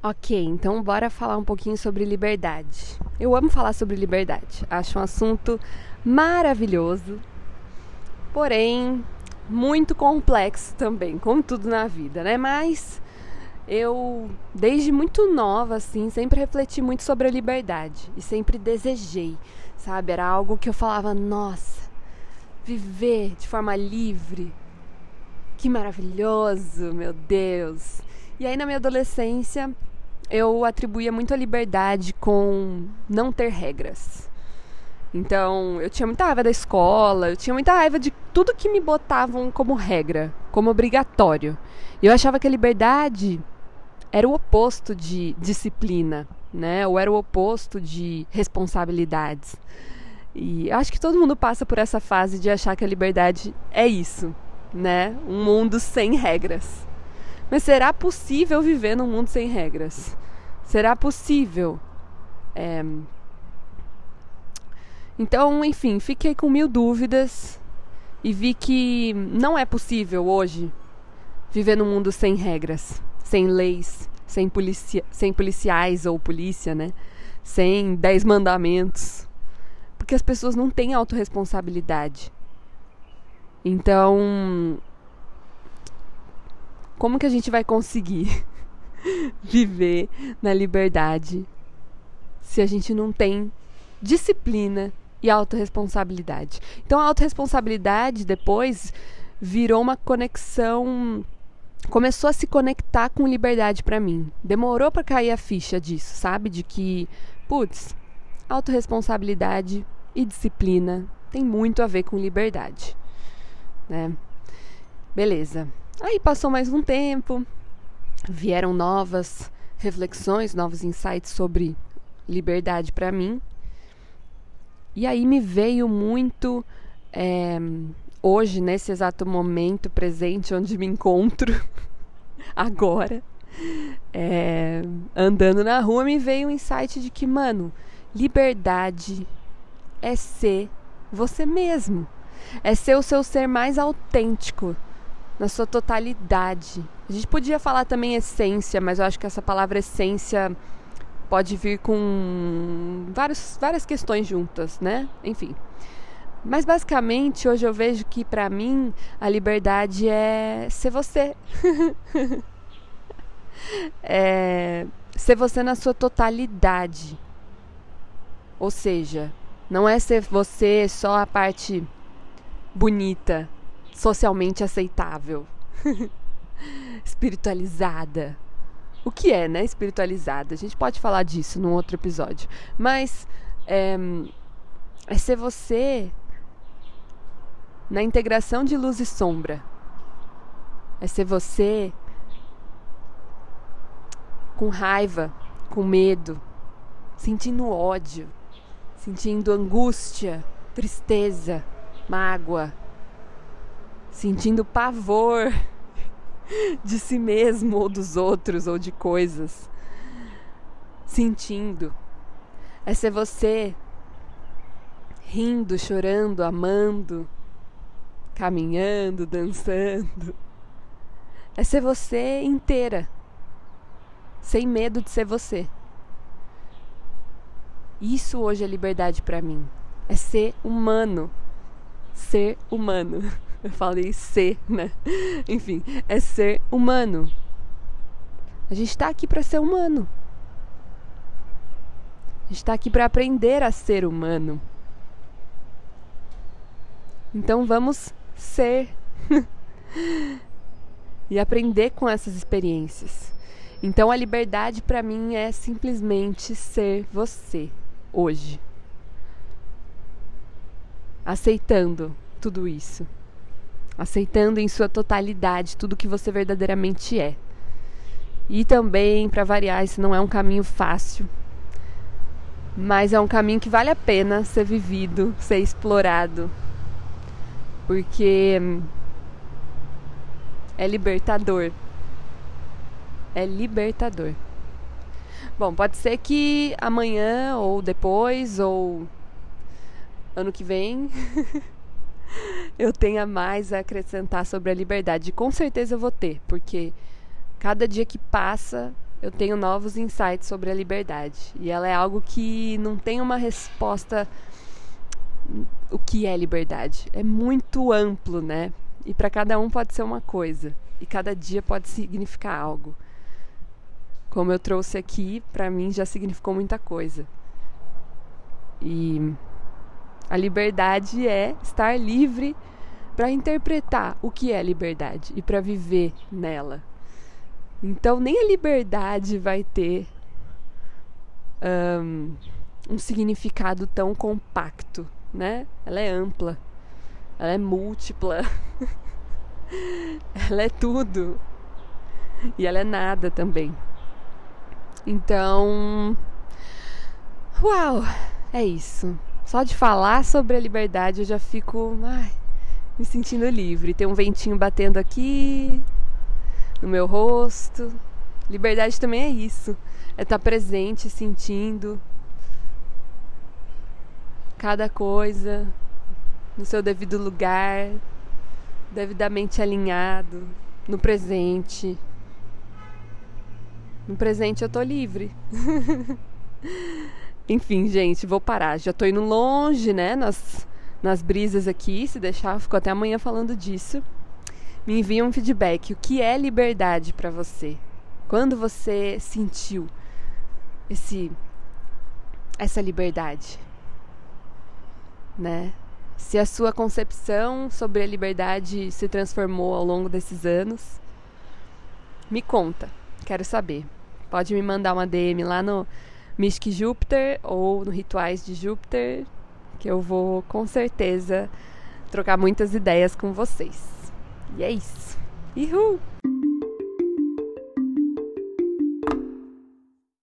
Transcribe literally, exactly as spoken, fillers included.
Ok, então bora falar um pouquinho sobre liberdade. Eu amo falar sobre liberdade, acho um assunto maravilhoso, porém muito complexo também, como tudo na vida, né? Mas eu, desde muito nova, assim, sempre refleti muito sobre a liberdade e sempre desejei, sabe? Era algo que eu falava, nossa, viver de forma livre, que maravilhoso, meu Deus! E aí na minha adolescência eu atribuía muito a liberdade com não ter regras. Então eu tinha muita raiva da escola, eu tinha muita raiva de tudo que me botavam como regra, como obrigatório. E eu achava que a liberdade era o oposto de disciplina, né? Ou era o oposto de responsabilidades. E eu acho que todo mundo passa por essa fase de achar que a liberdade é isso, né? Um mundo sem regras. Mas será possível viver num mundo sem regras? Será possível? É... Então, enfim, fiquei com mil dúvidas e vi que não é possível hoje viver num mundo sem regras, sem leis, sem, policia... sem policiais ou polícia, né? Sem dez mandamentos. Porque as pessoas não têm autorresponsabilidade. Então, como que a gente vai conseguir viver na liberdade se a gente não tem disciplina e autorresponsabilidade? Então a autorresponsabilidade depois virou uma conexão, começou a se conectar com liberdade pra mim. Demorou pra cair a ficha disso, sabe? De que, putz, autorresponsabilidade e disciplina tem muito a ver com liberdade, né? Beleza. Aí passou mais um tempo, vieram novas reflexões, novos insights sobre liberdade para mim. E aí me veio muito, é, hoje, nesse exato momento presente onde me encontro, agora, é, andando na rua, me veio um insight de que, mano, liberdade é ser você mesmo. É ser o seu ser mais autêntico, na sua totalidade. A gente podia falar também essência, mas eu acho que essa palavra essência pode vir com vários, várias questões juntas, né? Enfim. Mas basicamente, hoje eu vejo que pra mim a liberdade é ser você. É ser você na sua totalidade. Ou seja, não é ser você só a parte bonita, socialmente aceitável, espiritualizada. O que é, né, espiritualizada? A gente pode falar disso num outro episódio. Mas é, é ser você na integração de luz e sombra. É ser você com raiva, com medo, sentindo ódio, sentindo angústia, tristeza, mágoa, sentindo pavor de si mesmo ou dos outros ou de coisas. Sentindo. É ser você rindo, chorando, amando, caminhando, dançando. É ser você inteira, sem medo de ser você. Isso hoje é liberdade pra mim. É ser humano. Ser humano. Eu falei ser, né? Enfim, é ser humano. A gente tá aqui pra ser humano. A gente tá aqui pra aprender a ser humano. Então vamos ser. E aprender com essas experiências. Então a liberdade pra mim é simplesmente ser você, hoje. Aceitando tudo isso. Aceitando em sua totalidade tudo que você verdadeiramente é. E também, para variar, isso não é um caminho fácil, mas é um caminho que vale a pena ser vivido, ser explorado, porque é libertador. É libertador. Bom, pode ser que amanhã, ou depois, ou ano que vem eu tenha mais a acrescentar sobre a liberdade. Com certeza eu vou ter, porque cada dia que passa eu tenho novos insights sobre a liberdade. E ela é algo que não tem uma resposta. O que é liberdade? É muito amplo, né? E para cada um pode ser uma coisa. E cada dia pode significar algo. Como eu trouxe aqui, para mim já significou muita coisa. E a liberdade é estar livre para interpretar o que é liberdade e para viver nela. Então nem a liberdade vai ter um, um significado tão compacto, né? Ela é ampla, ela é múltipla, ela é tudo e ela é nada também. Então, uau, é isso. Só de falar sobre a liberdade eu já fico ai, me sentindo livre. Tem um ventinho batendo aqui no meu rosto. Liberdade também é isso. É estar presente, sentindo cada coisa no seu devido lugar, devidamente alinhado, no presente. No presente eu tô livre. Enfim, gente, vou parar. Já tô indo longe, né, nas, nas brisas aqui. Se deixar, eu fico até amanhã falando disso. Me envia um feedback. O que é liberdade pra você? Quando você sentiu esse, essa liberdade? Né? Se a sua concepção sobre a liberdade se transformou ao longo desses anos, me conta. Quero saber. Pode me mandar uma D M lá no Mystic Júpiter ou no Rituais de Júpiter, que eu vou com certeza trocar muitas ideias com vocês. E é isso. Uhul!